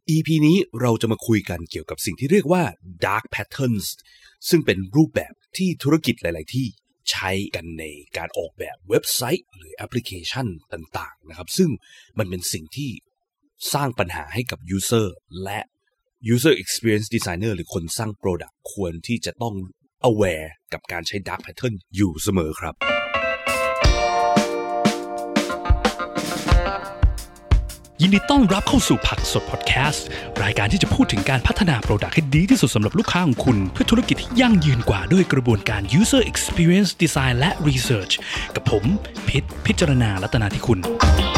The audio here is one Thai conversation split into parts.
EP นี้เราจะมาคุยกันเกี่ยวกับสิ่งที่เรียกว่า Dark Patterns ซึ่งเป็นรูปแบบที่ธุรกิจหลายๆที่ใช้กันในการออกแบบเว็บไซต์หรือแอปพลิเคชันต่างๆนะครับซึ่งมันเป็นสิ่งที่สร้างปัญหาให้กับ User และ User Experience Designer หรือคนสร้าง Product ควรที่จะต้อง aware กับการใช้ Dark Pattern อยู่เสมอครับยินดีต้อนรับเข้าสู่ผักสดพอดแคสต์รายการที่จะพูดถึงการพัฒนาโปรดักต์ให้ดีที่สุดสำหรับลูกค้าของคุณเพื่อธุรกิจที่ยั่งยืนกว่าด้วยกระบวนการ User Experience Design และ Research กับผมพิจารณารัตนาธิคุณ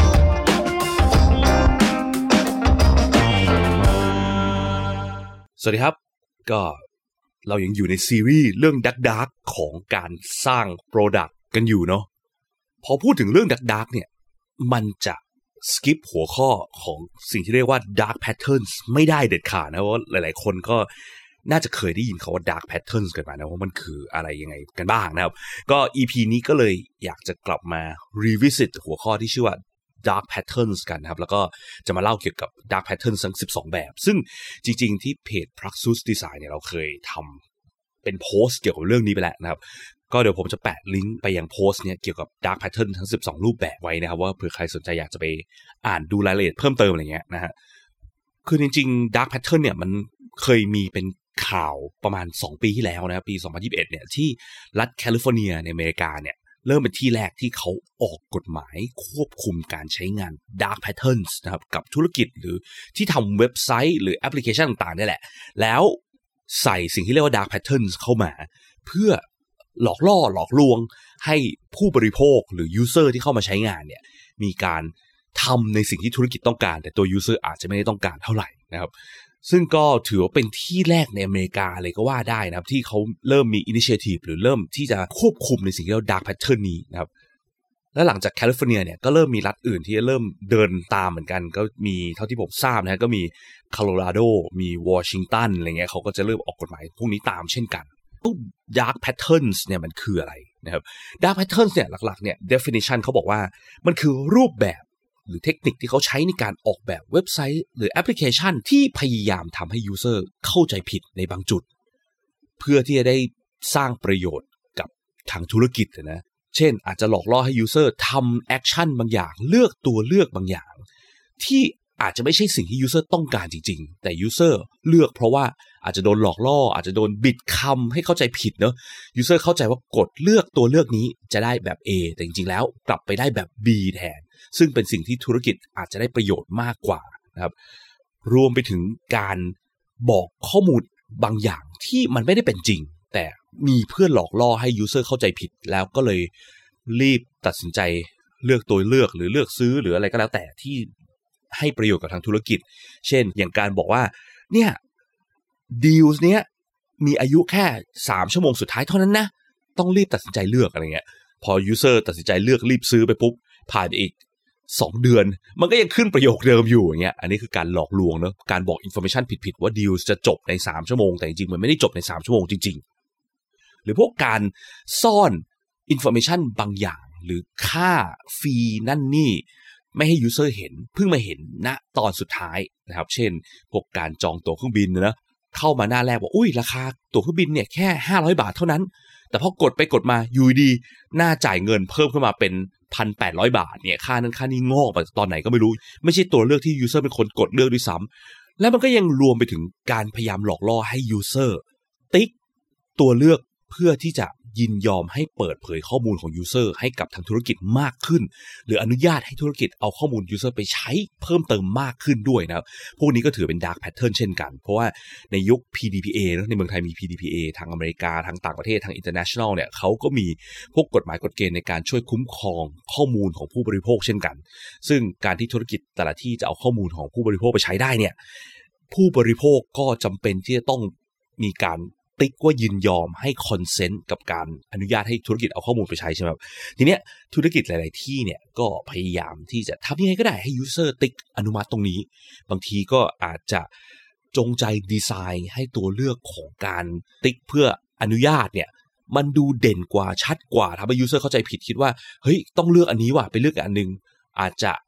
สวัสดีครับก็เรายังอยู่ในซีรีส์เรื่องดักของการสร้าง Product กันอยู่เนาะพอพูดถึงเรื่องดักเนี่ยมันจะskip หัวข้อของสิ่งที่เรียกว่า dark patterns ไม่ได้เด็ดขาดนะเพราะหลายๆคนก็น่าจะเคยได้ยินคำว่า dark patterns กันมานะว่ามันคืออะไรยังไงกันบ้างนะครับก็ EP นี้ก็เลยอยากจะกลับมา revisit หัวข้อที่ชื่อว่า dark patterns กันนะครับแล้วก็จะมาเล่าเกี่ยวกับ dark patterns ทั้ง12แบบซึ่งจริงๆที่เพจ Praxis Design เนี่ยเราเคยทำเป็นโพสต์เกี่ยวกับเรื่องนี้ไปแล้วนะครับก็เดี๋ยวผมจะแปะลิงก์ไปยังโพสต์เนี่ยเกี่ยวกับ Dark Pattern ทั้ง12รูปแบบไว้นะครับว่าเผื่อใครสนใจอยากจะไปอ่านดูรายละเอียดเพิ่มเติมอะไรเงี้ยนะฮะคือจริงๆ Dark Pattern เนี่ยมันเคยมีเป็นข่าวประมาณ2ปีที่แล้วนะครับปี2021เนี่ยที่รัฐแคลิฟอร์เนียในอเมริกาเนี่ยเริ่มเป็นที่แรกที่เขาออกกฎหมายควบคุมการใช้งาน Dark Patterns นะครับกับธุรกิจหรือที่ทำเว็บไซต์หรือแอปพลิเคชันต่างๆนี่แหละแล้วใส่สิ่งที่เรียกว่า Dark Patterns เข้ามาเพื่อหลอกล่อหลอกลวงให้ผู้บริโภคหรือ user ที่เข้ามาใช้งานเนี่ยมีการทำในสิ่งที่ธุรกิจต้องการแต่ตัว user อาจจะไม่ได้ต้องการเท่าไหร่นะครับซึ่งก็ถือว่าเป็นที่แรกในอเมริกาเลยก็ว่าได้นะครับที่เขาเริ่มมี initiative หรือเริ่มที่จะควบคุมในสิ่งที่เรียกว่า dark pattern นี้นะครับและหลังจากแคลิฟอร์เนียเนี่ยก็เริ่มมีรัฐอื่นที่เริ่มเดินตามเหมือนกันก็มีเท่าที่ผมทราบนะก็มีโคโลราโดมีวอชิงตันอะไรเงี้ยเขาก็จะเริ่มออกกฎหมายพวกนี้ตามเช่นกันDark Patterns เนี่ยมันคืออะไรนะครับ Dark Patterns เนี่ยหลักๆเนี่ย definition เขาบอกว่ามันคือรูปแบบหรือเทคนิคที่เขาใช้ในการออกแบบเว็บไซต์หรือแอปพลิเคชันที่พยายามทำให้ user เข้าใจผิดในบางจุดเพื่อที่จะได้สร้างประโยชน์กับทางธุรกิจนะเช่นอาจจะหลอกล่อให้ user ทำแอคชั่นบางอย่างเลือกตัวเลือกบางอย่างที่อาจจะไม่ใช่สิ่งที่ user ต้องการจริงๆแต่ user เลือกเพราะว่าอาจจะโดนหลอกล่ออาจจะโดนบิดคำให้เข้าใจผิดเนอะ user เข้าใจว่ากดเลือกตัวเลือกนี้จะได้แบบ A แต่จริงๆแล้วกลับไปได้แบบ B แทนซึ่งเป็นสิ่งที่ธุรกิจอาจจะได้ประโยชน์มากกว่านะครับรวมไปถึงการบอกข้อมูลบางอย่างที่มันไม่ได้เป็นจริงแต่มีเพื่อหลอกล่อให้ user เข้าใจผิดแล้วก็เลยรีบตัดสินใจเลือกตัวเลือกหรือเลือกซื้อหรืออะไรก็แล้วแต่ที่ให้ประโยชน์กับทางธุรกิจเช่นอย่างการบอกว่าเนี่ยดีลเนี้ยมีอายุแค่3ชั่วโมงสุดท้ายเท่านั้นนะต้องรีบตัดสินใจเลือกอะไรเงี้ยพอ user ตัดสินใจเลือกรีบซื้อไปปุ๊บผ่านอีก2เดือนมันก็ยังขึ้นประโยคเดิมอยู่อย่างเงี้ยอันนี้คือการหลอกลวงเนอะการบอก information ผิดๆว่าดีลจะจบใน3ชั่วโมงแต่จริงๆมันไม่ได้จบใน3ชั่วโมงจริงๆหรือพวกการซ่อน information บางอย่างหรือค่าฟรีนั่นนี่ไม่ให้ user เห็นเพิ่งมาเห็นณตอนสุดท้ายนะครับเช่นพวกการจองตั๋วเครื่องบินนะเข้ามาหน้าแรกว่าอุ้ยราคาตั๋วเครื่องบินเนี่ยแค่500 บาทเท่านั้นแต่พอกดไปกดมาอยู่ดีหน้าจ่ายเงินเพิ่มขึ้นมาเป็น 1,800 บาทเนี่ยค่านั้นค่านี้งอกมาตอนไหนก็ไม่รู้ไม่ใช่ตัวเลือกที่ user เป็นคนกดเลือกด้วยซ้ำและมันก็ยังรวมไปถึงการพยายามหลอกล่อให้ user ติ๊กตัวเลือกเพื่อที่จะยินยอมให้เปิดเผยข้อมูลของ user ให้กับทางธุรกิจมากขึ้นหรืออนุญาตให้ธุรกิจเอาข้อมูล user ไปใช้เพิ่มเติมมากขึ้นด้วยนะครับพวกนี้ก็ถือเป็น dark pattern เช่นกันเพราะว่าในยุค PDPA ในเมืองไทยมี PDPA ทางอเมริกาทางต่างประเทศทาง international เนี่ยเขาก็มีพวกกฎหมายกฎเกณฑ์ในการช่วยคุ้มครองข้อมูลของผู้บริโภคเช่นกันซึ่งการที่ธุรกิจแต่ละที่จะเอาข้อมูลของผู้บริโภคไปใช้ได้เนี่ยผู้บริโภคก็จำเป็นที่จะต้องมีการติ๊กว่ายินยอมให้คอนเซนต์กับการอนุญาตให้ธุรกิจเอาข้อมูลไปใช้ใช่ไหมครับทีเนี้ยธุรกิจหลายๆที่เนี่ยก็พยายามที่จะทำยังไงก็ได้ให้ user ติ๊กอนุมัติตรงนี้บางทีก็อาจจะจงใจดีไซน์ให้ตัวเลือกของการติ๊กเพื่ออนุญาตเนี่ยมันดูเด่นกว่าชัดกว่าทำให้ user เข้าใจผิดคิดว่าเฮ้ยต้องเลือกอันนี้ว่ะไปเลือกอันนึงอาจจะ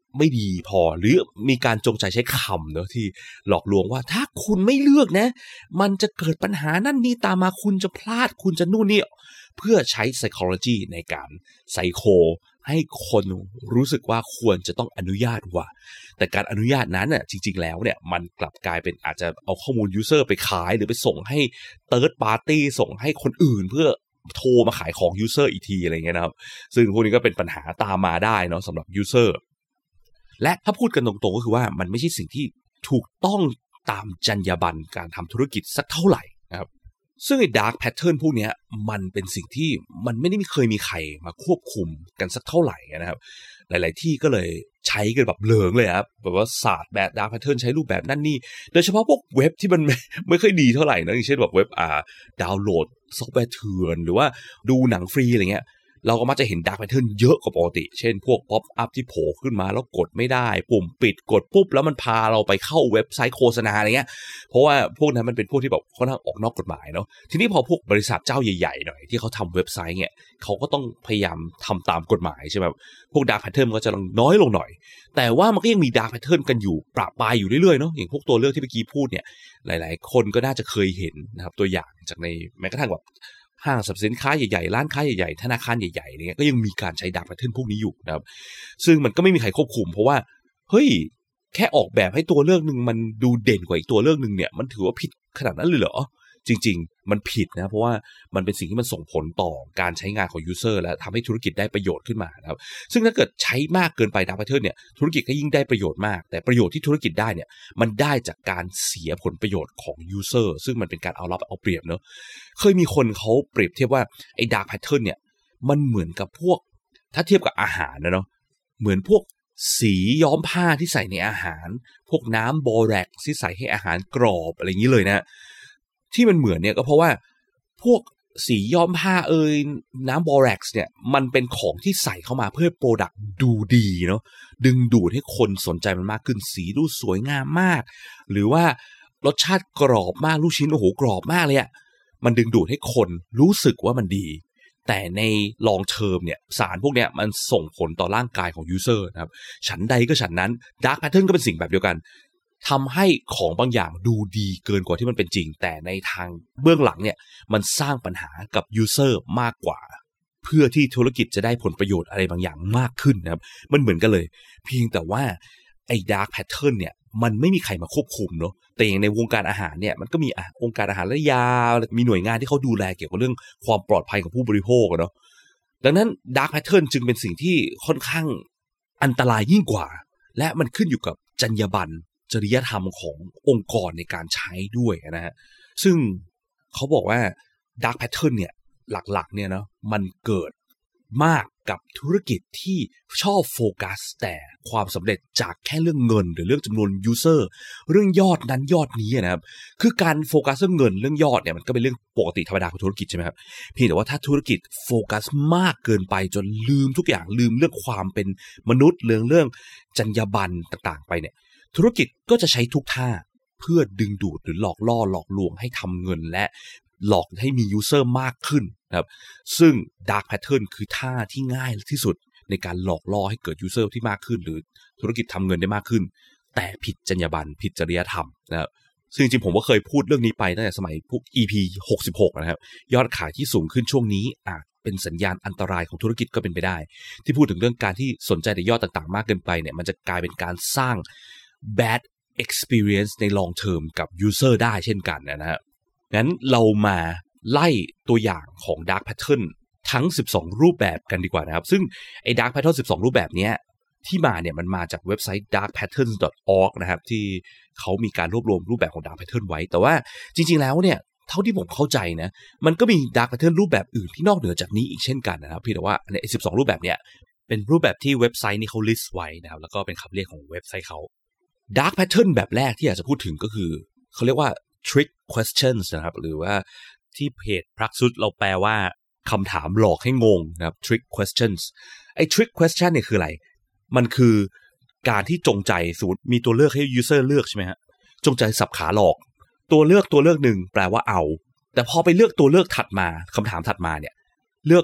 ไม่ดีพอหรือมีการจงใจใช้คำเนอะที่หลอกลวงว่าถ้าคุณไม่เลือกนะมันจะเกิดปัญหานั่นนี่ตามมาคุณจะพลาดคุณจะนู่นนี่เพื่อใช้ psychology ในการไซโคให้คนรู้สึกว่าควรจะต้องอนุญาตว่าแต่การอนุญาตนั้นน่ะจริงๆแล้วเนี่ยมันกลับกลายเป็นอาจจะเอาข้อมูล user ไปขายหรือไปส่งให้ third party ส่งให้คนอื่นเพื่อโทรมาขายของ user อีกทีอะไรเงี้ยนะครับซึ่งพวกนี้ก็เป็นปัญหาตามมาได้เนาะสำหรับ user และถ้าพูดกันตรงๆก็คือว่ามันไม่ใช่สิ่งที่ถูกต้องตามจรรยาบรรณการทำธุรกิจสักเท่าไหร่นะครับซึ่งไอ้ dark pattern พวกนี้มันเป็นสิ่งที่มันไม่ได้เคยมีใครมาควบคุมกันสักเท่าไหร่นะครับหลายๆที่ก็เลยใช้กันแบบเหลิงเลยครับแบบว่าศาสตร์แบบ dark pattern ใช้รูปแบบนั่นนี่โดยเฉพาะพวกเว็บที่มันไม่ค่อยดีเท่าไหร่นะอย่างเช่นแบบเว็บดาวน์โหลดซอฟต์แวร์เถื่อนหรือว่าดูหนังฟรีอะไรเงี้ยเราก็มักจะเห็น dark pattern เยอะกว่าปกติเช่นพวก pop up ที่โผล่ขึ้นมาแล้วกดไม่ได้ปุ่มปิดกดปุ๊บแล้วมันพาเราไปเข้าเว็บไซต์โฆษณาอะไรเงี้ยเพราะว่าพวกนั้นมันเป็นพวกที่แบบค่อนข้างออกนอกกฎหมายเนาะทีนี้พอพวกบริษัทเจ้าใหญ่ๆหน่อยที่เขาทำเว็บไซต์เนี่ยเขาก็ต้องพยายามทำตามกฎหมายใช่ไหมพวก dark pattern ก็จะน้อยลงหน่อยแต่ว่ามันก็ยังมี dark pattern กันอยู่ประปรายอยู่เรื่อยๆเนาะอย่างพวกตัวเลือกที่เมื่อกี้พูดเนี่ยหลายๆคนก็น่าจะเคยเห็นนะครับตัวอย่างจากในแม้กระทั่งแบบห้างสรรพสินค้าใหญ่ๆร้านค้าใหญ่ๆธนาคารใหญ่ๆเนี่ยก็ยังมีการใช้ dark pattern พวกนี้อยู่นะครับซึ่งมันก็ไม่มีใครควบคุมเพราะว่าเฮ้ยแค่ออกแบบให้ตัวเลือกนึงมันดูเด่นกว่าอีกตัวเลือกนึงเนี่ยมันถือว่าผิดขนาดนั้นเลยเหรอจริงๆมันผิดนะเพราะว่ามันเป็นสิ่งที่มันส่งผลต่อการใช้งานของ user และทำให้ธุรกิจได้ประโยชน์ขึ้นมานะครับซึ่งถ้าเกิดใช้มากเกินไป dark pattern เนี่ยธุรกิจก็ยิ่งได้ประโยชน์มากแต่ประโยชน์ที่ธุรกิจได้เนี่ยมันได้จากการเสียผลประโยชน์ของ user ซึ่งมันเป็นการเอารัดเอาเปรียบเนอะเคยมีคนเขาเปรียบเทียบว่าไอ้ dark pattern เนี่ยมันเหมือนกับพวกถ้าเทียบกับอาหารนะเนาะเหมือนพวกสีย้อมผ้าที่ใส่ในอาหารพวกน้ำบอแร็กซ์ที่ใส่ให้อาหารกรอบอะไรอย่างนี้เลยนะที่มันเหมือนเนี่ยก็เพราะว่าพวกสีย้อมผ้าน้ำบอแร็กซ์เนี่ยมันเป็นของที่ใส่เข้ามาเพื่อโปรดักต์ดูดีเนาะดึงดูดให้คนสนใจมันมากขึ้นสีดูสวยงามมากหรือว่ารสชาติกรอบมากลูกชิ้นโอ้โหกรอบมากเลยอะมันดึงดูดให้คนรู้สึกว่ามันดีแต่ใน long term เนี่ยสารพวกเนี้ยมันส่งผลต่อร่างกายของ user นะครับฉันใดก็ฉันนั้น dark pattern ก็เป็นสิ่งแบบเดียวกันทำให้ของบางอย่างดูดีเกินกว่าที่มันเป็นจริงแต่ในทางเบื้องหลังเนี่ยมันสร้างปัญหากับ user มากกว่าเพื่อที่ธุรกิจจะได้ผลประโยชน์อะไรบางอย่างมากขึ้นนะครับมันเหมือนกันเลยเพียงแต่ว่าไอ้ dark pattern เนี่ยมันไม่มีใครมาควบคุมเนาะแต่อย่างในวงการอาหารเนี่ยมันก็มีองค์การอาหารและยามีหน่วยงานที่เขาดูแลเกี่ยวกับเรื่องความปลอดภัยของผู้บริโภคเนาะดังนั้น dark pattern จึงเป็นสิ่งที่ค่อนข้างอันตรายยิ่งกว่าและมันขึ้นอยู่กับจรรยาบรรณจริยธรรมขององค์กรในการใช้ด้วยนะฮะซึ่งเขาบอกว่า dark pattern เนี่ยหลักๆเนี่ยเนาะมันเกิดมากกับธุรกิจที่ชอบโฟกัสแต่ความสำเร็จจากแค่เรื่องเงินหรือเรื่องจำนวน user เรื่องยอดนั้นยอดนี้นะครับคือการโฟกัสเรื่องเงินเรื่องยอดเนี่ยมันก็เป็นเรื่องปกติธรรมดาของธุรกิจใช่ไหมครับเพียงแต่ว่าถ้าธุรกิจโฟกัสมากเกินไปจนลืมทุกอย่างลืมเรื่องความเป็นมนุษย์เรื่องจรรยาบรรณต่างๆไปเนี่ยธุรกิจก็จะใช้ทุกท่าเพื่อดึงดูดหรือหลอกล่อหลอกลวงให้ทำเงินและหลอกให้มี user มากขึ้นนะครับซึ่ง dark pattern คือท่าที่ง่ายที่สุดในการหลอกล่อให้เกิด user ที่มากขึ้นหรือธุรกิจทำเงินได้มากขึ้นแต่ผิดจรรยาบรรณผิดจริยธรรมนะครับซึ่งจริงๆผมก็เคยพูดเรื่องนี้ไปตั้งแต่สมัยพวก EP 66นะครับยอดขายที่สูงขึ้นช่วงนี้อาจเป็นสัญญาณอันตรายของธุรกิจก็เป็นไปได้ที่พูดถึงเรื่องการที่สนใจในยอดต่างๆมากเกินไปเนี่ยมันจะกลายเป็นการสร้าง bad experience ใน long term กับ user ได้เช่นกันนะฮะงั้นเรามาไล่ตัวอย่างของ dark pattern ทั้ง12รูปแบบกันดีกว่านะครับซึ่งไอ้ dark pattern 12รูปแบบนี้ที่มาเนี่ยมันมาจากเว็บไซต์ darkpatterns.org นะครับที่เขามีการรวบรวมรูปแบบของ dark pattern ไว้แต่ว่าจริงๆแล้วเนี่ยเท่าที่ผมเข้าใจนะมันก็มี dark pattern รูปแบบอื่นที่นอกเหนือจากนี้อีกเช่นกันนะครับเพียงแต่ว่าใน12รูปแบบเนี่ยเป็นรูปแบบที่เว็บไซต์นี้เขา list ไว้นะครับแล้วก็เป็นคำเรียกของเว็บไซต์เขา dark pattern แบบแรกที่อยากจะพูดถึงก็คือเขาเรียกว่า trick questions นะครับหรือว่าที่เพจพรักซุดเราแปลว่าคำถามหลอกให้งงนะครับ trick questions ไอ้ trick question เนี่ยคืออะไรมันคือการที่จงใจสมมติมีตัวเลือกให้ user เลือกใช่ไหมฮะจงใจสับขาหลอกตัวเลือกหนึ่งแปลว่าเอาแต่พอไปเลือกตัวเลือกถัดมาคำถามถัดมาเนี่ยเลือก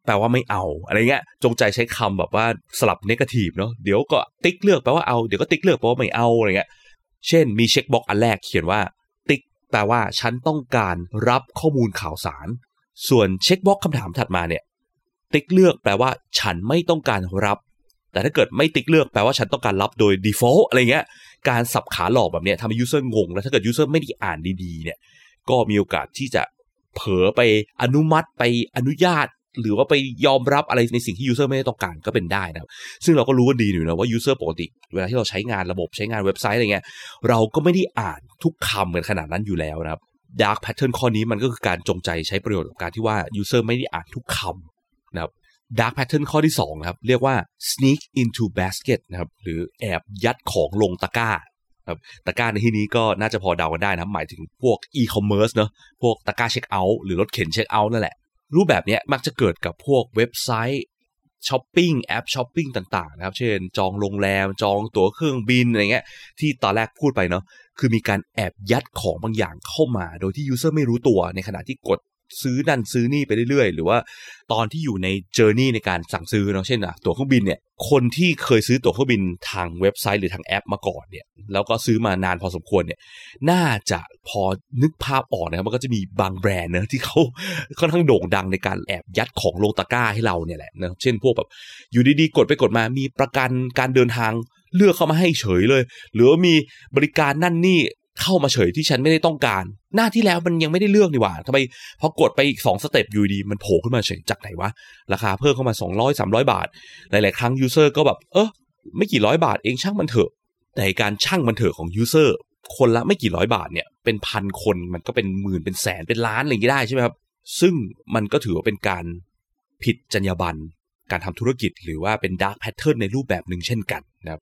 แปลว่าไม่เอาอะไรเงี้ยจงใจใช้คำแบบว่าสลับเนกาทีฟเนาะเดี๋ยวก็ติ๊กเลือกแปลว่าเอาเดี๋ยวก็ติ๊กเลือกแปลว่าไม่เอาอะไรเงี้ยเช่นมีเช็คบ็อกซ์อันแรกเขียนว่าติ๊กแปลว่าฉันต้องการรับข้อมูลข่าวสารส่วนเช็คบ็อกซ์คำถามถัดมาเนี่ยติ๊กเลือกแปลว่าฉันไม่ต้องการรับแต่ถ้าเกิดไม่ติ๊กเลือกแปลว่าฉันต้องการรับโดย default อะไรเงี้ยการสับขาหลอกแบบเนี้ยทำให้ user งงแล้วถ้าเกิด user ไม่ได้อ่านดีๆเนี่ยก็มีโอกาสที่จะเผลอไปอนุมัติไปอนุญาตหรือว่าไปยอมรับอะไรในสิ่งที่ user ไม่ได้ต้องการก็เป็นได้นะครับซึ่งเราก็รู้กันดีอยู่นะว่า user ปกติเวลาที่เราใช้งานระบบใช้งานเว็บไซต์อะไรเงี้ยเราก็ไม่ได้อ่านทุกคำกันขนาดนั้นอยู่แล้วนะครับ dark pattern ข้อนี้มันก็คือการจงใจใช้ประโยชน์กับการที่ว่า user ไม่ได้อ่านทุกคำนะครับ dark pattern ข้อที่2นะครับเรียกว่า sneak into basket นะครับหรือแอบยัดของลงตะกร้าครับตะกร้าในที่นี้ก็น่าจะพอเดากันได้นะครับหมายถึงพวก e-commerce เนอะพวกตะกร้าเช็คเอาท์หรือรถเข็นเช็คเอาท์นั่นแหละรูปแบบนี้มักจะเกิดกับพวกเว็บไซต์ช้อปปิ้งแอปช้อปปิ้งต่างๆนะครับเช่นจองโรงแรมจองตั๋วเครื่องบินอะไรเงี้ยที่ตอนแรกพูดไปเนาะคือมีการแอบยัดของบางอย่างเข้ามาโดยที่ user ไม่รู้ตัวในขณะที่กดซื้อนั่นซื้อนี่ไปเรื่อยๆหรือว่าตอนที่อยู่ใน journey ในการสั่งซื้อเนาะเช่นตั๋วเครื่องบินเนี่ยคนที่เคยซื้อตั๋วเครื่องบินทางเว็บไซต์หรือทางแอปมาก่อนเนี่ยแล้วก็ซื้อมานานพอสมควรเนี่ยน่าจะพอนึกภาพออกนะครับมันก็จะมีบางแบรนด์นะที่เขาค่อนข้างโด่งดังในการแอบยัดของลงตะกร้าให้เราเนี่ยแหละนะเช่นพวกแบบอยู่ดีๆกดไปกดมามีประกันการเดินทางเลือกเข้ามาให้เฉยเลยหรือว่ามีบริการนั่นนี่เข้ามาเฉยที่ฉันไม่ได้ต้องการหน้าที่แล้วมันยังไม่ได้เลือกนี่หว่าทำไมพอกดไปอีก2สเต็ปอยู่ดีมันโผล่ขึ้นมาเฉยจากไหนวะราคาเพิ่มเข้ามา200-300 บาทหลายๆครั้งยูเซอร์ก็แบบไม่กี่ร้อยบาทเองช่างมันเถอะแต่การช่างมันเถอะของยูเซอร์คนละไม่กี่ร้อยบาทเนี่ยเป็นพันคนมันก็เป็นหมื่นเป็นแสนเป็นล้านอะไรอย่างงี้ได้ใช่ไหมครับซึ่งมันก็ถือว่าเป็นการผิดจรรยาบรรณการทำธุรกิจหรือว่าเป็น dark pattern ในรูปแบบหนึ่งเช่นกันนะครับ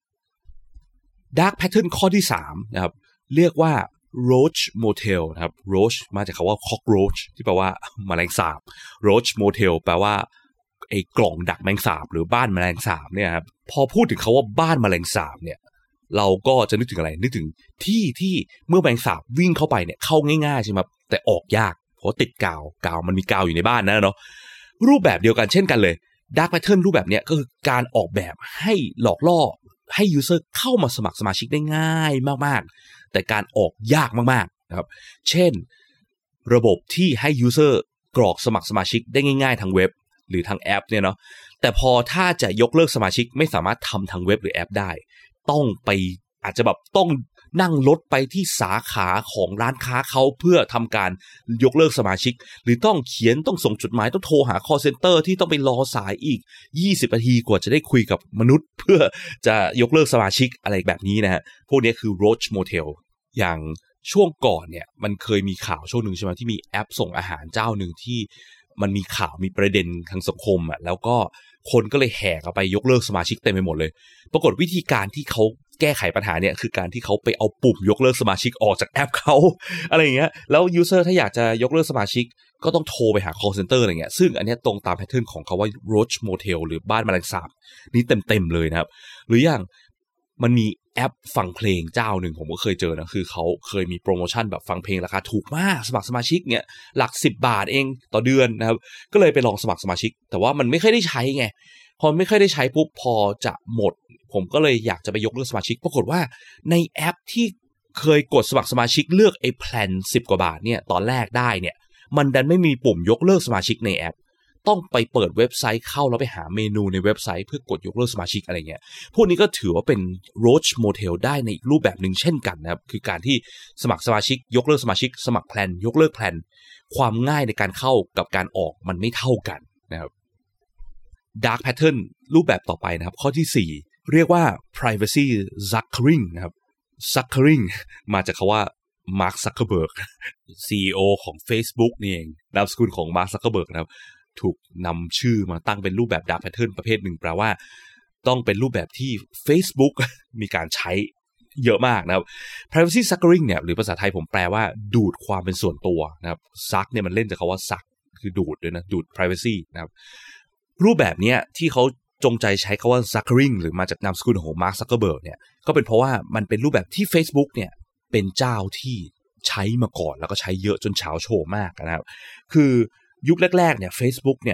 dark pattern ข้อที่3นะครับเรียกว่า roach motel นะครับ roach มาจากคำว่า cockroach ที่แปลว่าแมลงสาบ roach motel แปลว่าไอ้กล่องดักแมลงสาบหรือบ้านแมลงสาบเนี่ยครับพอพูดถึงคำว่าบ้านแมลงสาบเนี่ยเราก็จะนึกถึงอะไรนึกถึงที่เมื่อแมลงสาบวิ่งเข้าไปเนี่ยเข้าง่ายๆใช่ไหมครับแต่ออกยากเพราะติดกาวมันมีกาวอยู่ในบ้านนะเนาะรูปแบบเดียวกันเช่นกันเลย dark pattern รูปแบบเนี้ยก็คือการออกแบบให้หลอกล่อให้ user เข้ามาสมัครสมาชิกได้ง่ายมากๆแต่การออกยากมากๆนะครับเช่นระบบที่ให้ user กรอกสมัครสมาชิกได้ง่ายๆทางเว็บหรือทางแอปเนี่ยเนาะแต่พอถ้าจะยกเลิกสมาชิกไม่สามารถทำทางเว็บหรือแอปได้ต้องไปอาจจะแบบต้องนั่งรถไปที่สาขาของร้านค้าเขาเพื่อทำการยกเลิกสมาชิกหรือต้องเขียนต้องส่งจดหมายต้องโทรหา call center ที่ต้องไปรอสายอีก20 นาทีกว่าจะได้คุยกับมนุษย์เพื่อจะยกเลิกสมาชิกอะไรแบบนี้นะฮะพวกนี้คือ roach motel อย่างช่วงก่อนเนี่ยมันเคยมีข่าวช่วงหนึ่งใช่ไหมที่มีแอปส่งอาหารเจ้าหนึ่งที่มันมีข่าวมีประเด็นทางสังคมอ่ะแล้วก็คนก็เลยแห่กันไปยกเลิกสมาชิกเต็มไปหมดเลยปรากฏวิธีการที่เขาแก้ไขปัญหาเนี่ยคือการที่เขาไปเอาปุ่มยกเลิกสมาชิกออกจากแอปเขาอะไรอย่างเงี้ยแล้วยูเซอร์ถ้าอยากจะยกเลิกสมาชิกก็ต้องโทรไปหา call center อะไรเงี้ยซึ่งอันนี้ตรงตามแพทเทิร์นของเขาว่า roach motel หรือบ้านแมลงสาบนี่เต็มเลยนะครับหรืออย่างมันมีแอปฟังเพลงเจ้าหนึ่งผมก็เคยเจอนะคือเขาเคยมีโปรโมชั่นแบบฟังเพลงราคาถูกมากสมัครสมาชิกเนี่ยหลัก10 บาทเองต่อเดือนนะครับก็เลยไปลองสมัครสมาชิกแต่ว่ามันไม่ค่อยได้ใช้ไงพอไม่ค่อยได้ใช้ปุ๊บพอจะหมดผมก็เลยอยากจะไปยกเลิกสมาชิกปรากฏว่าในแอปที่เคยกดสมัครสมาชิกเลือกไอ้แพลน10 กว่าบาทเนี่ยตอนแรกได้เนี่ยมันดันไม่มีปุ่มยกเลิกสมาชิกในแอปต้องไปเปิดเว็บไซต์เข้าแล้วไปหาเมนูในเว็บไซต์เพื่อกดยกเลิกสมาชิกอะไรเงี้ยพวกนี้ก็ถือว่าเป็น roach motel ได้ในอีกรูปแบบหนึ่งเช่นกันนะครับคือการที่สมัครสมาชิกยกเลิกสมาชิกสมัครแพลนยกเลิกแพลนความง่ายในการเข้ากับการออกมันไม่เท่ากันนะครับ dark pattern รูปแบบต่อไปนะครับข้อที่4เรียกว่า privacy suckering นะครับ suckering มาจากคำว่า Mark Zuckerberg CEO ของ Facebook นี่เองนามสกุลของ Mark Zuckerberg นะครับถูกนำชื่อมาตั้งเป็นรูปแบบ dark pattern ประเภทหนึ่งแปลว่าต้องเป็นรูปแบบที่ Facebook มีการใช้เยอะมากนะครับ privacy suckering เนี่ยหรือภาษาไทยผมแปลว่าดูดความเป็นส่วนตัวนะครับ suck เนี่ยมันเล่นจากคำว่า suck คือดูดด้วยนะดูด privacy นะครับรูปแบบนี้ที่เขาจงใจใช้คำว่า suckering หรือมาจากนามสกุลของ Mark Zuckerberg เนี่ยก็เป็นเพราะว่ามันเป็นรูปแบบที่ Facebook เนี่ยเป็นเจ้าที่ใช้มาก่อนแล้วก็ใช้เยอะจนเฉาโชว์มากนะครับคือยุคแรกๆเนี่ย Facebook เนี่ย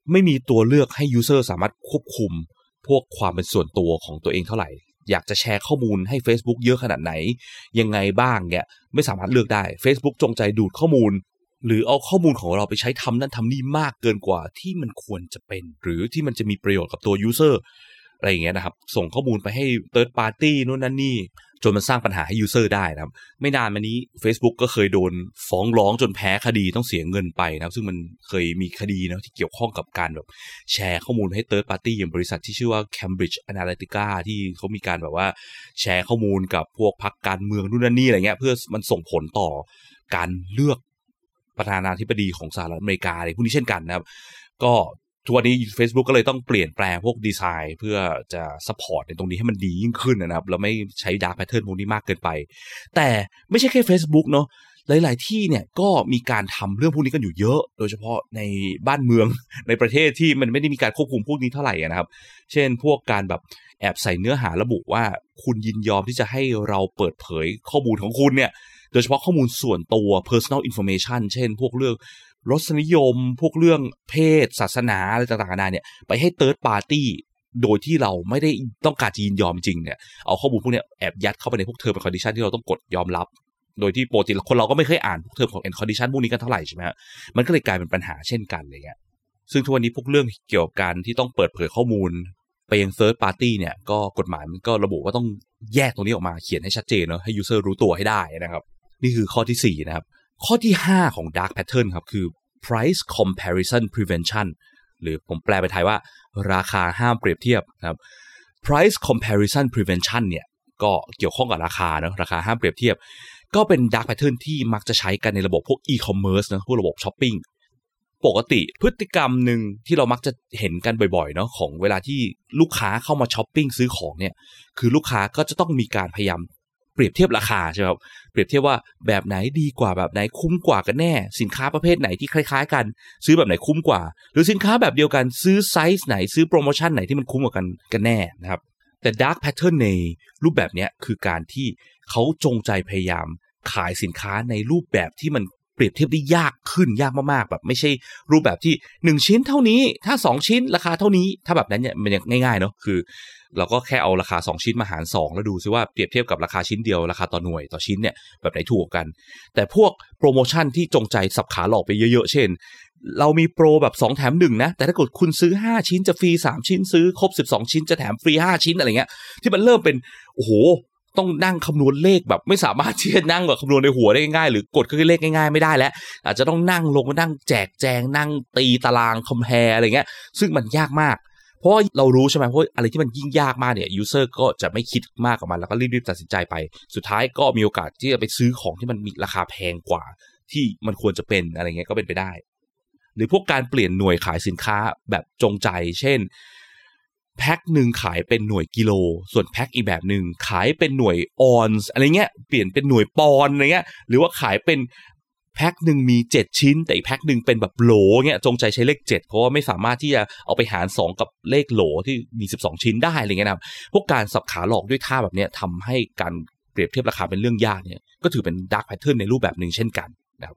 ไม่มีตัวเลือกให้ user สามารถควบคุมพวกความเป็นส่วนตัวของตัวเองเท่าไหร่อยากจะแชร์ข้อมูลให้ Facebook เยอะขนาดไหนยังไงบ้างเนี่ยไม่สามารถเลือกได้ Facebook จงใจดูดข้อมูลหรือเอาข้อมูลของเราไปใช้ทำนั่นทำนี่มากเกินกว่าที่มันควรจะเป็นหรือที่มันจะมีประโยชน์กับตัว user อะไรอย่างเงี้ยนะครับส่งข้อมูลไปให้ third party นู่นนั่นนี่จนมันสร้างปัญหาให้ user ได้นะครับไม่นานมานี้ Facebook ก็เคยโดนฟ้องร้องจนแพ้คดีต้องเสียเงินไปนะครับซึ่งมันเคยมีคดีนะที่เกี่ยวข้องกับการแบบแชร์ข้อมูลให้ third party อย่างบริษัทที่ชื่อว่า Cambridge Analytica ที่เขามีการแบบว่าแชร์ข้อมูลกับพวกพรรคการเมืองนู่นนั่นนี่อะไรเงี้ยเพื่อมันส่งผลต่อการเลือกประธานาธิบดีของสหรัฐอเมริกาอะไรพวกนี้เช่นกันนะครับก็ทุกวันนี้ Facebook ก็เลยต้องเปลี่ยนแปลงพวกดีไซน์เพื่อจะซัพพอร์ตในตรงนี้ให้มันดียิ่งขึ้นนะครับแล้วไม่ใช้ dark pattern พวกนี้มากเกินไปแต่ไม่ใช่แค่ Facebook เนาะหลายๆที่เนี่ยก็มีการทำเรื่องพวกนี้กันอยู่เยอะโดยเฉพาะในบ้านเมือง ในประเทศที่มันไม่ได้มีการควบคุมพวกนี้เท่าไหร่นะครับเช่นพวกการแบบแอบใส่เนื้อหาระบุว่าคุณยินยอมที่จะให้เราเปิดเผยข้อมูลของคุณเนี่ยโดยเฉพาะข้อมูลส่วนตัว personal information เช่นพวกเรื่องรสนิยมพวกเรื่องเพศศาสนาอะไรต่างๆนานาเนี่ยไปให้ third party โดยที่เราไม่ได้ต้องการจะยินยอมจริงเนี่ยเอาข้อมูลพวกนี้แอบยัดเข้าไปในพวก term and condition ที่เราต้องกดยอมรับโดยที่ปกติคนเราก็ไม่เคยอ่านพวก term and condition พวกนี้กันเท่าไหร่ใช่ไหมฮะมันก็เลยกลายเป็นปัญหาเช่นกันอะไรเงี้ยซึ่งทุกวันนี้พวกเรื่องเกี่ยวกับการที่ต้องเปิดเผยข้อมูลไปยัง third party เนี่ยก็กฎหมายมันก็ระบุว่าต้องแยกตรงนี้ออกมาเขียนให้ชัดเจนเนาะให้ user รู้ตัวให้ได้นะครับนี่คือข้อที่4นะครับข้อที่5ของ dark pattern ครับคือ price comparison prevention หรือผมแปลเป็นไทยว่าราคาห้ามเปรียบเทียบนะครับ price comparison prevention เนี่ยก็เกี่ยวข้องกับราคาเนาะราคาห้ามเปรียบเทียบก็เป็น dark pattern ที่มักจะใช้กันในระบบพวก e-commerce นะพวกระบบช้อปปิ้งปกติพฤติกรรมหนึ่งที่เรามักจะเห็นกันบ่อยๆเนาะของเวลาที่ลูกค้าเข้ามาช้อปปิ้งซื้อของเนี่ยคือลูกค้าก็จะต้องมีการพยายามเปรียบเทียบราคาใช่ไหมครับเปรียบเทียบว่าแบบไหนดีกว่าแบบไหนคุ้มกว่ากันแน่สินค้าประเภทไหนที่คล้ายๆกันซื้อแบบไหนคุ้มกว่าหรือสินค้าแบบเดียวกันซื้อไซส์ไหนซื้อโปรโมชั่นไหนที่มันคุ้มกว่ากันแน่นะครับแต่ dark pattern ในรูปแบบนี้คือการที่เขาจงใจพยายามขายสินค้าในรูปแบบที่มันเปรียบเทียบได้ยากขึ้นยากมากๆแบบไม่ใช่รูปแบบที่1ชิ้นเท่านี้ถ้า2ชิ้นราคาเท่านี้ถ้าแบบนั้นเนี่ยมันยังง่ายๆเนาะคือเราก็แค่เอาราคา2ชิ้นมาหาร2แล้วดูซิว่าเปรียบเทียบกับราคาชิ้นเดียวราคาต่อหน่วยต่อชิ้นเนี่ยแบบไหนถูกกันแต่พวกโปรโมชั่นที่จงใจสับขาหลอกไปเยอะๆเช่นเรามีโปรแบบ2แถม1นะแต่ถ้าเกิดคุณซื้อ5ชิ้นจะฟรี3ชิ้นซื้อครบ12ชิ้นจะแถมฟรี5ชิ้นอะไรเงี้ยที่มันเริ่มเป็นโอ้โหต้องนั่งคำนวณเลขแบบไม่สามารถที่จะนั่งแบบคำนวณในหัวได้ง่ายๆหรือกดเครื่องเลขง่ายๆไม่ได้แล้วอาจจะต้องนั่งลงมานั่งแจกแจงนั่งตีตารางคอมแพร์อะไรเงี้ยซึ่งมันยากมากเพราะเรารู้ใช่ไหมเพราะอะไรที่มันยิ่งยากมากเนี่ยยูเซอร์ก็จะไม่คิดมากกับมันแล้วก็รีบๆตัดสินใจไปสุดท้ายก็มีโอกาสที่จะไปซื้อของที่มันมีราคาแพงกว่าที่มันควรจะเป็นอะไรเงี้ยก็เป็นไปได้หรือพวกการเปลี่ยนหน่วยขายสินค้าแบบจงใจเช่นแพ็คหนึ่งขายเป็นหน่วยกิโลส่วนแพ็คอีกแบบหนึ่งขายเป็นหน่วยออนซ์อะไรเงี้ยเปลี่ยนเป็นหน่วยปอนด์อะไรเงี้ยหรือว่าขายเป็นแพ็คหนึ่งมี7ชิ้นแต่อีกแพ็คหนึ่งเป็นแบบโหลเงี้ยจงใจใช้เลข7เพราะว่าไม่สามารถที่จะเอาไปหาร2กับเลขโหลที่มี12ชิ้นได้อะไรเงี้ยนะครับพวกการสับขาหลอกด้วยท่าแบบเนี้ยทำให้การเปรียบเทียบราคาเป็นเรื่องยากเนี่ยก็ถือเป็น dark pattern ในรูปแบบหนึ่งเช่นกันนะครับ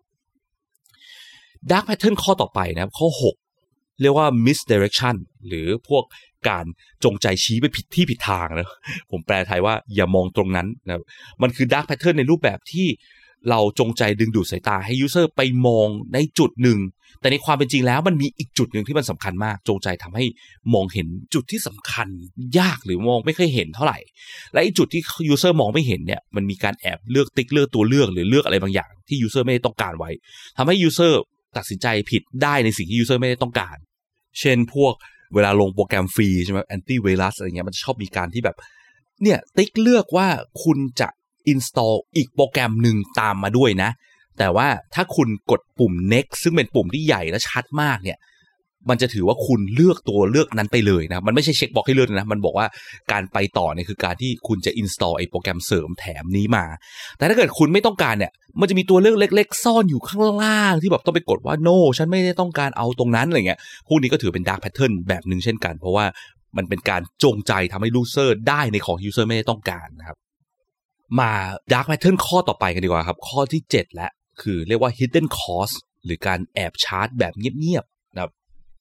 dark pattern ข้อต่อไปนะครับข้อ6เรียกว่า misdirection หรือพวกการจงใจชี้ไปผิดที่ผิดทางนะผมแปลไทยว่าอย่ามองตรงนั้นนะครับมันคือ dark pattern ในรูปแบบที่เราจงใจดึงดูดสายตาให้ user ไปมองในจุดหนึ่งแต่ในความเป็นจริงแล้วมันมีอีกจุดหนึ่งที่มันสำคัญมากจงใจทำให้มองเห็นจุดที่สำคัญยากหรือมองไม่เคยเห็นเท่าไหร่และไอ้จุดที่ user มองไม่เห็นเนี่ยมันมีการแอบเลือกติ๊กเลือกตัวเลือกหรือเลือกอะไรบางอย่างที่ user ไม่ได้ต้องการไว้ทำให้ user ตัดสินใจผิดได้ในสิ่งที่ user ไม่ได้ต้องการเช่นพวกเวลาลงโปรแกรมฟรีใช่ไหมแอนตี้ไวรัสอะไรเงี้ยมันชอบมีการที่แบบเนี่ยติ๊กเลือกว่าคุณจะ install อีกโปรแกรมหนึ่งตามมาด้วยนะแต่ว่าถ้าคุณกดปุ่ม next ซึ่งเป็นปุ่มที่ใหญ่และชัดมากเนี่ยมันจะถือว่าคุณเลือกตัวเลือกนั้นไปเลยนะมันไม่ใช่เช็คบ็อกซ์ให้เลือกนะมันบอกว่าการไปต่อเนี่ยคือการที่คุณจะ install ไอ้โปรแกรมเสริมแถมนี้มาแต่ถ้าเกิดคุณไม่ต้องการเนี่ยมันจะมีตัวเลือกเล็กๆซ่อนอยู่ข้างล่างที่แบบต้องไปกดว่า no ฉันไม่ได้ต้องการเอาตรงนั้นอะไรเงี้ยพวกนี้ก็ถือเป็น dark pattern แบบนึงเช่นกันเพราะว่ามันเป็นการจงใจทำให้ user ได้ในของ user ไม่ได้ต้องการนะครับมา dark pattern ข้อต่อไปกันดีกว่าครับข้อที่7และคือเรียกว่า hidden cost หรือการแอบชาร์จแบบเงียบๆนะครับ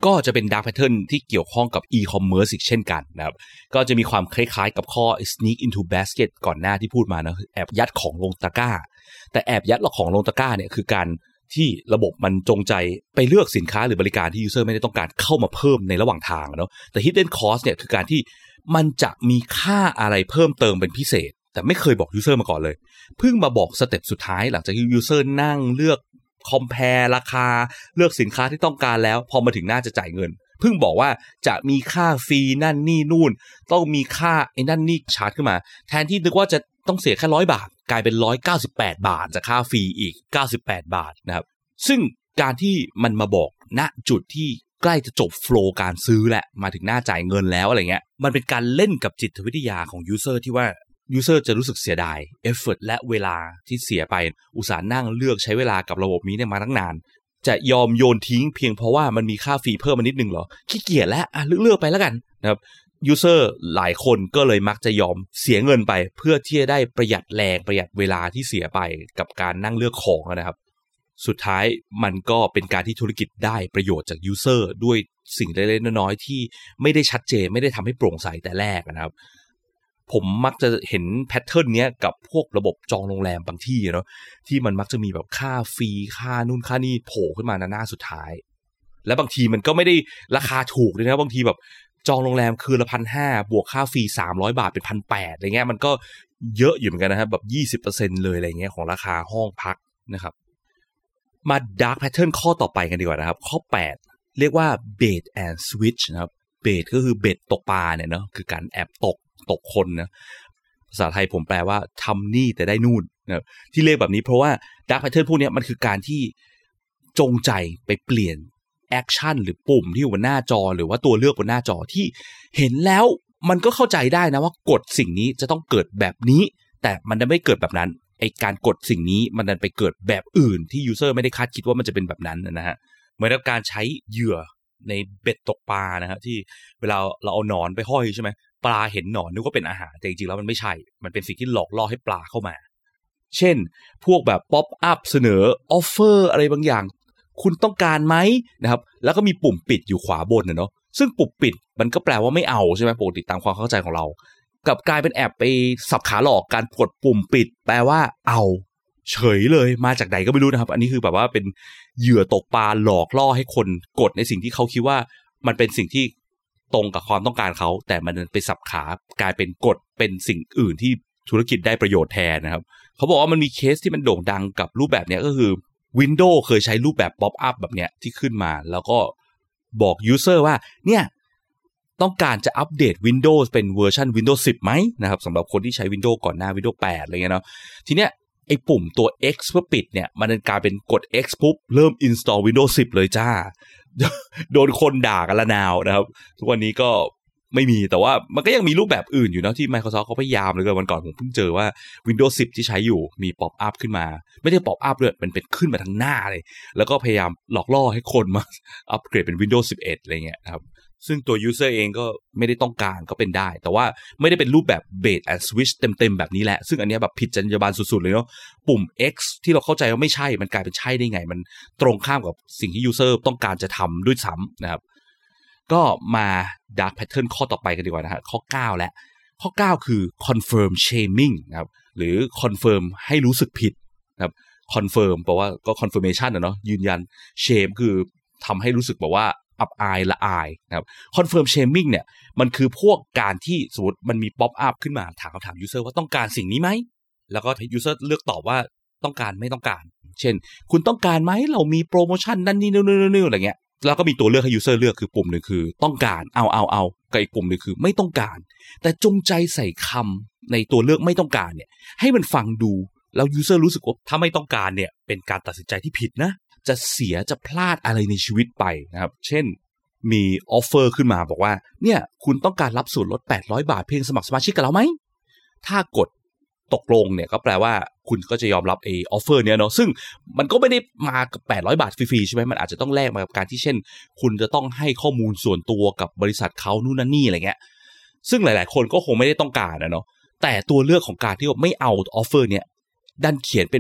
ก็จะเป็น dark pattern ที่เกี่ยวข้องกับ e-commerce อีกเช่นกันนะครับก็จะมีความคล้ายๆกับข้อ sneak into basket ก่อนหน้าที่พูดมานะแอบยัดของลงตะกร้าแต่แอบยัดของลงตะกร้าเนี่ยคือการที่ระบบมันจงใจไปเลือกสินค้าหรือบริการที่ user ไม่ได้ต้องการเข้ามาเพิ่มในระหว่างทางเนาะแต่ hidden cost เนี่ยคือการที่มันจะมีค่าอะไรเพิ่มเติมเป็นพิเศษแต่ไม่เคยบอก user มาก่อนเลยเพิ่งมาบอกสเต็ปสุดท้ายหลังจากที่ user นั่งเลือกcompare ราคาเลือกสินค้าที่ต้องการแล้วพอมาถึงหน้าจะจ่ายเงินเพิ่งบอกว่าจะมีค่าฟรีนั่นนี่นู่นต้องมีค่าไอ้นั่นนี่ชาร์จขึ้นมาแทนที่นึกว่าจะต้องเสียแค่100 บาทกลายเป็น198 บาทจากค่าฟรีอีก98 บาทนะครับซึ่งการที่มันมาบอกณจุดที่ใกล้จะจบโฟลว์การซื้อแหละมาถึงหน้าจ่ายเงินแล้วอะไรเงี้ยมันเป็นการเล่นกับจิตวิทยาของ user ที่ว่าuser จะรู้สึกเสียดาย effort และเวลาที่เสียไปอุตส่าห์นั่งเลือกใช้เวลากับระบบนี้เนี่ยมาตั้งนานจะยอมโยนทิ้งเพียงเพราะว่ามันมีค่าฟรีเพิ่มมานิดนึงเหรอขี้เกียจแล้วเลือกไปแล้วกันนะครับ user หลายคนก็เลยมักจะยอมเสียเงินไปเพื่อที่จะได้ประหยัดแรงประหยัดเวลาที่เสียไปกับการนั่งเลือกของนะครับสุดท้ายมันก็เป็นการที่ธุรกิจได้ประโยชน์จาก user ด้วยสิ่งเล็กๆน้อยๆที่ไม่ได้ชัดเจนไม่ได้ทำให้โปร่งใสแต่แรกนะครับผมมักจะเห็นแพทเทิร์นเนี้ยกับพวกระบบจองโรงแรมบางที่เนาะที่มันมักจะมีแบบค่าฟรีค่านู่นค่านี่โผล่ขึ้นมาหน้าสุดท้ายและบางทีมันก็ไม่ได้ราคาถูกเลยนะบางทีแบบจองโรงแรมคืนละ 1,500 บวกค่าฟรี300 บาทเป็น 1,800 อะไรเงี้ยมันก็เยอะอยู่เหมือนกันนะครับแบบ 20% เลยอะไรเงี้ยของราคาห้องพักนะครับมา dark pattern ข้อต่อไปกันดีกว่านะครับข้อ8เรียกว่า bait and switch นะครับ bait ก็คือเบ็ดตกปลาเนี่ยเนาะคือการแอบตกคนนะภาษาไทยผมแปลว่าทำนี่แต่ได้นู่นนะที่เรียกแบบนี้เพราะว่า dark pattern พวกนี้มันคือการที่จงใจไปเปลี่ยนแอคชั่นหรือปุ่มที่อยู่บนหน้าจอหรือว่าตัวเลือกบนหน้าจอที่เห็นแล้วมันก็เข้าใจได้นะว่ากดสิ่งนี้จะต้องเกิดแบบนี้แต่มันไม่เกิดแบบนั้นไอการกดสิ่งนี้มันดันไปเกิดแบบอื่นที่ user ไม่ได้คาดคิดว่ามันจะเป็นแบบนั้นนะฮะเหมือนกับการใช้เหยื่อในเบ็ดตกปลานะฮะที่เวลาเราเอาหนอนไปห้อยใช่ไหมปลาเห็นหนอนนึกว่าเป็นอาหารแต่จริงๆแล้วมันไม่ใช่มันเป็นสิ่งที่หลอกล่อให้ปลาเข้ามาเช่นพวกแบบป๊อปอัพเสนอออฟเฟอร์อะไรบางอย่างคุณต้องการไหมนะครับแล้วก็มีปุ่มปิดอยู่ขวาบนเนาะซึ่งปุ่มปิดมันก็แปลว่าไม่เอาใช่ไหมปกติตามความเข้าใจของเรากับกลายเป็นแอบไปสับขาหลอกการกดปุ่มปิดแปลว่าเอาเฉยเลยมาจากไหนก็ไม่รู้นะครับอันนี้คือแบบว่าเป็นเหยื่อตกปลาหลอกล่อให้คนกดในสิ่งที่เขาคิดว่ามันเป็นสิ่งที่ตรงกับความต้องการเขาแต่มันไปสับขากลายเป็นกฎเป็นสิ่งอื่นที่ธุรกิจได้ประโยชน์แทนนะครับเขาบอกว่ามันมีเคสที่มันโด่งดังกับรูปแบบนี้ก็คือ Windows เคยใช้รูปแบบ Pop up แบบเนี้ยที่ขึ้นมาแล้วก็บอก user ว่าเนี่ยต้องการจะอัปเดต Windows เป็นเวอร์ชัน Windows 10 ไหมนะครับสำหรับคนที่ใช้ Windows ก่อนหน้า Windows 8อะไรเงี้ยเนาะทีเนี้ยไอ้ปุ่มตัว X เพื่อปิดเนี่ยมันกลายเป็นกด X ปุ๊บเริ่ม install Windows 10 เลยจ้าโดนคนด่ากันละนาวนะครับทุกวันนี้ก็ไม่มีแต่ว่ามันก็ยังมีรูปแบบอื่นอยู่นะที่ Microsoft เขาพยายามเลยวันก่อนผมเพิ่งเจอว่า Windows 10 ที่ใช้อยู่มี pop up ขึ้นมาไม่ได้ pop up เลยมันเป็นขึ้นมาทั้งหน้าเลยแล้วก็พยายามหลอกล่อให้คนมาอัปเกรดเป็น Windows 11 อะไรเงี้ยนะครับซึ่งตัว user เองก็ไม่ได้ต้องการก็เป็นได้แต่ว่าไม่ได้เป็นรูปแบบ bait and switch เต็มๆแบบนี้แหละซึ่งอันนี้แบบผิดจรรยาบรรณสุดๆเลยเนาะปุ่ม X ที่เราเข้าใจว่าไม่ใช่มันกลายเป็นใช่ได้ไงมันตรงข้ามกับสิ่งที่ user ต้องการจะทำด้วยซ้ำนะครับก็มา dark pattern ข้อต่อไปกันดีกว่านะฮะข้อ9และข้อ9คือ confirm shaming นะครับหรือ confirm ให้รู้สึกผิดนะครับ confirm แปลว่าก็ confirmation เนาะยืนยัน shame คือทำให้รู้สึกแบบว่าอับอายละอายนะครับ confirm shaming เนี่ยมันคือพวกการที่สมมติมันมี pop up ขึ้นมาถาม user ว่าต้องการสิ่งนี้ไหมแล้วก็ให้ user เลือกตอบว่าต้องการไม่ต้องการเช่นคุณต้องการไหมเรามีโปรโมชั่นนั่นนี่นู่นอะไรเงี้ยแล้วก็มีตัวเลือกให้ user เลือกคือปุ่มหนึ่งคือต้องการเอากับอีกปุ่มหนึ่งคือไม่ต้องการแต่จงใจใส่คำในตัวเลือกไม่ต้องการเนี่ยให้มันฟังดูแล้ว user รู้สึกว่าถ้าไม่ต้องการเนี่ยเป็นการตัดสินใจที่ผิดนะจะเสียจะพลาดอะไรในชีวิตไปนะครับเช่นมีออฟเฟอร์ขึ้นมาบอกว่าเนี่ยคุณต้องการรับส่วนลด800 บาทเพียงสมัครสมาชิกกับเราไหมถ้ากดตกลงเนี่ยก็แปลว่าคุณก็จะยอมรับออฟเฟอร์เนี้ยเนาะซึ่งมันก็ไม่ได้มากับ800 บาทฟรีๆใช่ไหมมันอาจจะต้องแลกมากับการที่เช่นคุณจะต้องให้ข้อมูลส่วนตัวกับบริษัทเขานู่นนั่นนี่อะไรเงี้ยซึ่งหลายๆคนก็คงไม่ได้ต้องการนะเนาะแต่ตัวเลือกของการที่ไม่เอาออฟเฟอร์เนี่ยดันเขียนเป็นแบบ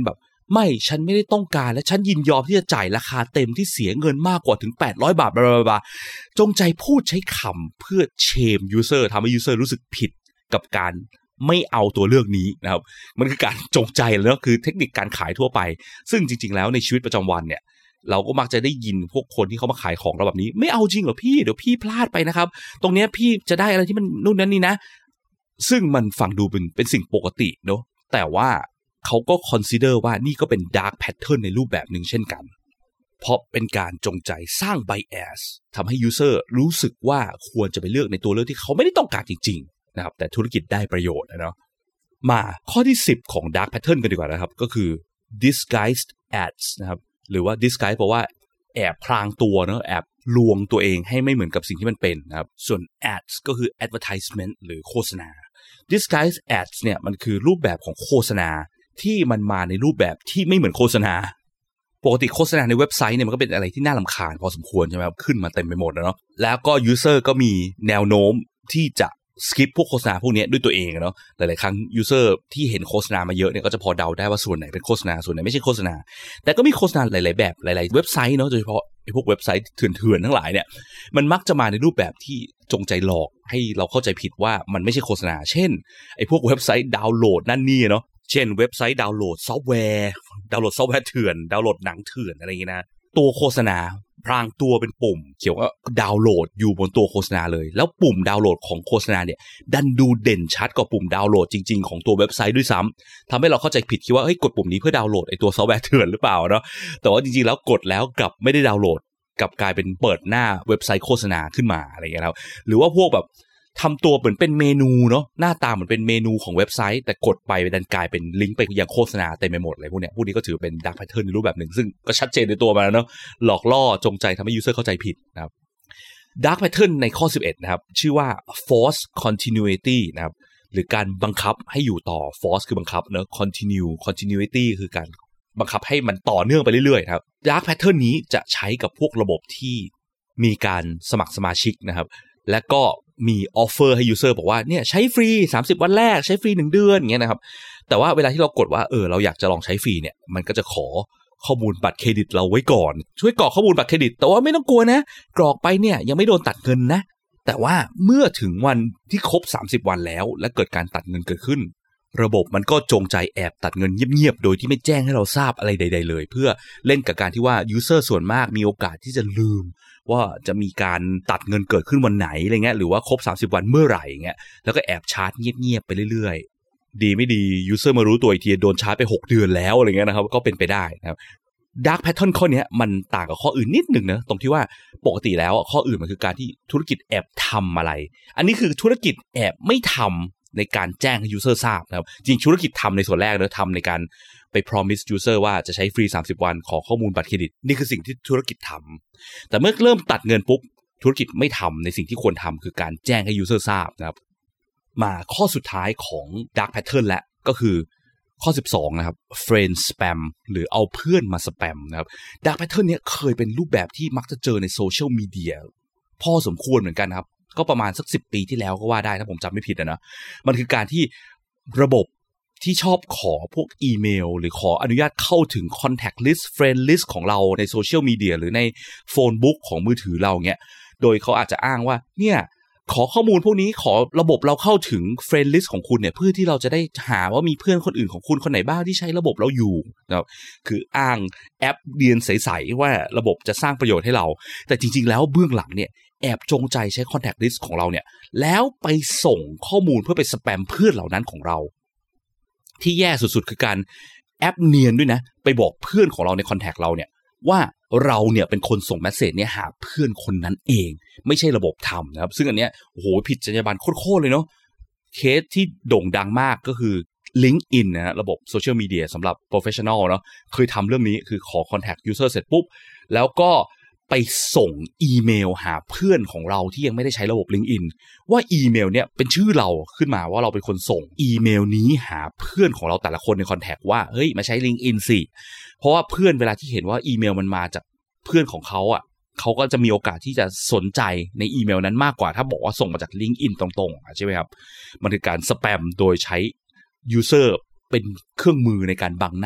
ไม่ฉันไม่ได้ต้องการและฉันยินยอมที่จะจ่ายราคาเต็มที่เสียเงินมากกว่าถึง800บาทบลาบลาจงใจพูดใช้คำเพื่อเชมยูเซอร์ทำให้ยูเซอร์รู้สึกผิดกับการไม่เอาตัวเลือกนี้นะครับมันคือการจงใจแล้วคือเทคนิคการขายทั่วไปซึ่งจริงๆแล้วในชีวิตประจำวันเนี่ยเราก็มักจะได้ยินพวกคนที่เขามาขายของเราแบบนี้ไม่เอาจริงเหรอพี่เดี๋ยวพี่พลาดไปนะครับตรงเนี้ยพี่จะได้อะไรที่มันนู่นนั่นนี่นะซึ่งมันฟังดูเป็นสิ่งปกติเนาะแต่ว่าเขาก็คอนซิเดอร์ว่านี่ก็เป็น dark pattern ในรูปแบบหนึ่งเช่นกันเพราะเป็นการจงใจสร้าง bias ทำให้ user รู้สึกว่าควรจะไปเลือกในตัวเลือกที่เขาไม่ได้ต้องการจริงๆนะครับแต่ธุรกิจได้ประโยชน์นะเนาะมาข้อที่10ของ dark pattern กันดีกว่านะครับก็คือ disguised ads นะครับหรือว่า disguise แปลว่าแอบพรางตัวเนาะแอบลวงตัวเองให้ไม่เหมือนกับสิ่งที่มันเป็นนะครับส่วน ads ก็คือ advertisement หรือโฆษณา disguise ads เนี่ยมันคือรูปแบบของโฆษณาที่มันมาในรูปแบบที่ไม่เหมือนโฆษณาปกติโฆษณาในเว็บไซต์เนี่ยมันก็เป็นอะไรที่น่ารำคาญพอสมควรใช่ไหมครับขึ้นมาเต็มไปหมดเนาะแล้วก็ user ก็มีแนวโน้มที่จะสกิปพวกโฆษณาพวกนี้ด้วยตัวเองเนาะหลายๆครั้ง user ที่เห็นโฆษณามาเยอะเนี่ยก็จะพอเดาได้ว่าส่วนไหนเป็นโฆษณาส่วนไหนไม่ใช่โฆษณาแต่ก็มีโฆษณาหลายๆแบบหลายๆเว็บไซต์เนาะโดยเฉพาะไอ้พวกเว็บไซต์เถื่อนๆทั้งหลายเนี่ยมันมักจะมาในรูปแบบที่จงใจหลอกให้เราเข้าใจผิดว่ามันไม่ใช่โฆษณาเช่นไอ้พวกเว็บไซต์ดาวน์โหลดนั่นนี่เนาะเช่นเว็บไซต์ดาวน์โหลดซอฟต์แวร์เถื่อนดาวน์โหลดหนังเถื่อนอะไรอย่างงี้นะตัวโฆษณาพรางตัวเป็นปุ่มเขียนว่าดาวน์โหลดอยู่บนตัวโฆษณาเลยแล้วปุ่มดาวน์โหลดของโฆษณาเนี่ยดันดูเด่นชัดกว่าปุ่มดาวน์โหลดจริงๆของตัวเว็บไซต์ด้วยซ้ำทำให้เราเข้าใจผิดคิดว่าเฮ้ยกดปุ่มนี้เพื่อดาวน์โหลดไอ้ตัวซอฟต์แวร์เถื่อนหรือเปล่าเนาะแต่ว่าจริงๆแล้วกดแล้วกลับไม่ได้ดาวน์โหลดกลับกลายเป็นเปิดหน้าเว็บไซต์โฆษณาขึ้นมาอะไรอย่างเงี้ยครับหรือว่าพวกแบบทำตัวเหมือนเป็นเมนูเนาะหน้าตาเหมือนเป็นเมนูของเว็บไซต์แต่กดไปดันกลายเป็นลิงก์ไปยังโฆษณาเต็มไปหมดเลยพวกนี้ก็ถือเป็น dark pattern ในรูปแบบหนึ่งซึ่งก็ชัดเจนในตัวมันแล้วเนาะหลอกล่อจงใจทำให้ user เข้าใจผิดนะครับ dark pattern ในข้อ11นะครับชื่อว่า force continuity นะครับหรือการบังคับให้อยู่ต่อ force คือบังคับเนาะ continuity คือการบังคับให้มันต่อเนื่องไปเรื่อยๆครับ dark pattern นี้จะใช้กับพวกระบบที่มีการสมัครสมาชิกนะครับและก็มีออฟเฟอร์ให้ยูเซอร์บอกว่าเนี่ยใช้ฟรี30วันแรกใช้ฟรี1เดือนอย่างเงี้ยนะครับแต่ว่าเวลาที่เรากดว่าเราอยากจะลองใช้ฟรีเนี่ยมันก็จะขอข้อมูลบัตรเครดิตเราไว้ก่อนช่วยกรอกข้อมูลบัตรเครดิตแต่ว่าไม่ต้องกลัวนะกรอกไปเนี่ยยังไม่โดนตัดเงินนะแต่ว่าเมื่อถึงวันที่ครบ30วันแล้วและเกิดการตัดเงินเกิดขึ้นระบบมันก็จงใจแอบตัดเงินเงียบๆโดยที่ไม่แจ้งให้เราทราบอะไรใดๆเลยเพื่อเล่นกับการที่ว่ายูเซอร์ส่วนมากมีโอกาสที่จะลืมว่าจะมีการตัดเงินเกิดขึ้นวันไหนอะไรเงี้ยหรือว่าครบ30วันเมื่อไหร่เงี้ยแล้วก็แอบชาร์จเงียบๆไปเรื่อยๆดีไม่ดียูเซอร์มารู้ตัวอีกทีโดนชาร์จไป6เดือนแล้วอะไรเงี้ยนะครับก็เป็นไปได้นะครับ dark pattern ข้อนี้มันต่างกับข้ออื่นนิดนึงนะตรงที่ว่าปกติแล้วข้ออื่นมันคือการที่ธุรกิจแอบทำอะไรอันนี้คือธุรกิจแอบไม่ทำในการแจ้งให้ user ทราบนะครับจริงธุรกิจทำในส่วนแรกนะทำในการไป promise user ว่าจะใช้ฟรี30วันขอข้อมูลบัตรเครดิตนี่คือสิ่งที่ธุรกิจทำแต่เมื่อเริ่มตัดเงินปุ๊บธุรกิจไม่ทำในสิ่งที่ควรทำคือการแจ้งให้ user ทราบนะครับมาข้อสุดท้ายของ dark pattern และก็คือข้อ12นะครับ friend spam หรือเอาเพื่อนมาสแปมนะครับ dark pattern เนี้ยเคยเป็นรูปแบบที่มักจะเจอในโซเชียลมีเดียพอสมควรเหมือนกันครับก็ประมาณสัก10ปีที่แล้วก็ว่าได้ถ้าผมจำไม่ผิดนะมันคือการที่ระบบที่ชอบขอพวกอีเมลหรือขออนุญาตเข้าถึง contact list friend list ของเราในโซเชียลมีเดียหรือในโฟนบุ๊กของมือถือเราเงี้ยโดยเขาอาจจะอ้างว่าเนี่ยขอข้อมูลพวกนี้ขอระบบเราเข้าถึง friend list ของคุณเนี่ยเพื่อที่เราจะได้หาว่ามีเพื่อนคนอื่นของคุณคนไหนบ้างที่ใช้ระบบเราอยู่นะครับคืออ้างแอปเรียนใสๆว่าระบบจะสร้างประโยชน์ให้เราแต่จริงๆแล้วเบื้องหลังเนี่ยแอบจงใจใช้ contact list ของเราเนี่ยแล้วไปส่งข้อมูลเพื่อไปสแปมเพื่อนเหล่านั้นของเราที่แย่สุดๆคือการแอปเนียนด้วยนะไปบอกเพื่อนของเราในคอนแทคเราเนี่ยว่าเราเนี่ยเป็นคนส่งเมสเสจเนี่ยหาเพื่อนคนนั้นเองไม่ใช่ระบบทำนะครับซึ่งอันเนี้ยโอ้โหผิดจรรยาบรรณโคตรเลยเนาะเคสที่โด่งดังมากก็คือ LinkedIn นะฮะระบบโซเชียลมีเดียสำหรับ professional เนาะเคยทำเรื่องนี้คือขอ contact user เสร็จปุ๊บแล้วก็ไปส่งอีเมลหาเพื่อนของเราที่ยังไม่ได้ใช้ระบบ LinkedIn ว่าอีเมลเนี่ยเป็นชื่อเราขึ้นมาว่าเราเป็นคนส่งอีเมลนี้หาเพื่อนของเราแต่ละคนในคอนแทคว่าเฮ้ยมาใช้ LinkedIn สิเพราะว่าเพื่อนเวลาที่เห็นว่าอีเมลมันมาจากเพื่อนของเขาอ่ะเขาก็จะมีโอกาสที่จะสนใจในอีเมลนั้นมากกว่าถ้าบอกว่าส่งมาจาก LinkedIn ตรงๆใช่ไหมครับมันคือการสแปมโดยใช้ user เป็นเครื่องมือในการบังหน้า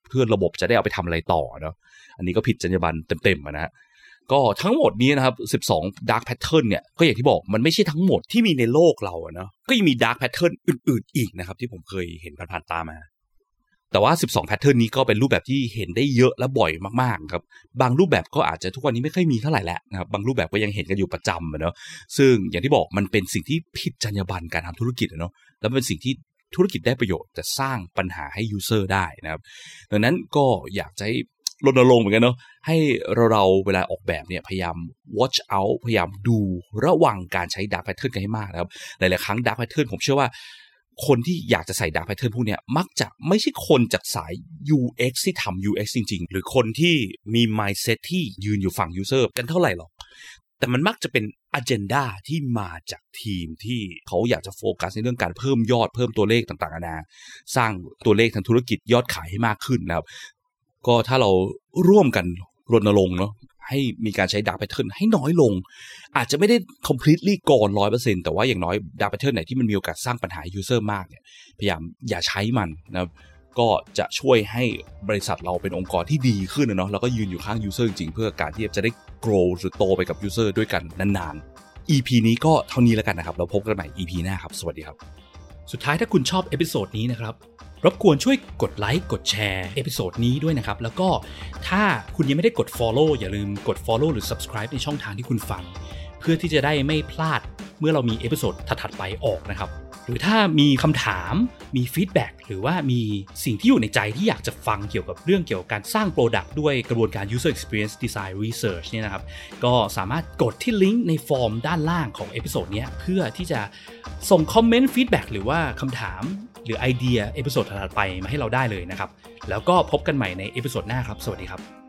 เพื่อระบบจะได้เอาไปทำอะไรต่อเนาะอันนี้ก็ผิดจรรยาบรรณเต็มๆนะฮะก็ทั้งหมดนี้นะครับ12 Dark Pattern เนี่ยก็อย่างที่บอกมันไม่ใช่ทั้งหมดที่มีในโลกเราเนาะก็ยังมี Dark Pattern อื่นๆอีกนะครับที่ผมเคยเห็นผ่านๆตามาแต่ว่า12 Pattern นี้ก็เป็นรูปแบบที่เห็นได้เยอะและบ่อยมากๆครับบางรูปแบบก็อาจจะทุกวันนี้ไม่ค่อยมีเท่าไหร่แล้วนะครับบางรูปแบบก็ยังเห็นกันอยู่ประจำเนาะซึ่งอย่างที่บอกมันเป็นสิ่งที่ผิดจรรยาบรรณการทำธุรกิจเนาะแล้วเป็นสิ่งที่ธุรกิจได้ประโยชน์แต่สร้างปัญหาให้ user ได้นะครับดังนั้นก็อยากจะรณรงค์เหมือนกันเนาะให้เราเวลาออกแบบเนี่ยพยายาม watch out พยายามดูระวังการใช้ dark pattern กันให้มากนะครับหลายๆครั้ง dark pattern ผมเชื่อว่าคนที่อยากจะใส่ dark pattern พวกเนี้ยมักจะไม่ใช่คนจากสาย UX ที่ทำ UX จริงๆหรือคนที่มี mindset ที่ยืนอยู่ฝั่ง user กันเท่าไหร่หรอกแต่มันมักจะเป็น agenda ที่มาจากทีมที่เขาอยากจะโฟกัสในเรื่องการเพิ่มยอดเพิ่มตัวเลขต่างๆนานาสร้างตัวเลขทางธุรกิจยอดขายให้มากขึ้นนะครับก็ถ้าเราร่วมกันรณรงค์เนาะให้มีการใช้ Dark Pattern ให้น้อยลงอาจจะไม่ได้ completely gone 100% แต่ว่าอย่างน้อย Dark Pattern ไหนที่มันมีโอกาสสร้างปัญหา user มากเนี่ยพยายามอย่าใช้มันนะครับก็จะช่วยให้บริษัทเราเป็นองค์กรที่ดีขึ้นนะเนาะแล้วก็ยืนอยู่ข้าง user จริงๆเพื่อการที่จะได้ grow หรือโตไปกับ user ด้วยกันนานๆ EP นี้ก็เท่านี้แล้วกันนะครับเราพบกันใหม่ EP หน้าครับสวัสดีครับสุดท้ายถ้าคุณชอบเอพิโซดนี้นะครับรบกวนช่วยกดไลค์กดแชร์เอพิโซดนี้ด้วยนะครับแล้วก็ถ้าคุณยังไม่ได้กด follow อย่าลืมกด follow หรือ subscribe ในช่องทางที่คุณฟังเพื่อที่จะได้ไม่พลาดเมื่อเรามีเอพิโซดถัดๆไปออกนะครับหรือถ้ามีคำถามมีฟีดแบ็กหรือว่ามีสิ่งที่อยู่ในใจที่อยากจะฟังเกี่ยวกับเรื่องเกี่ยวกับการสร้าง Product ด้วยกระบวนการ User Experience Design Research เนี่ยนะครับก็สามารถกดที่ลิงก์ในฟอร์มด้านล่างของเอพิโซดนี้เพื่อที่จะส่งคอมเมนต์ฟีดแบ็กหรือว่าคำถามหรือไอเดียเอพิโซดถัดๆไปมาให้เราได้เลยนะครับแล้วก็พบกันใหม่ในเอพิโซดหน้าครับสวัสดีครับ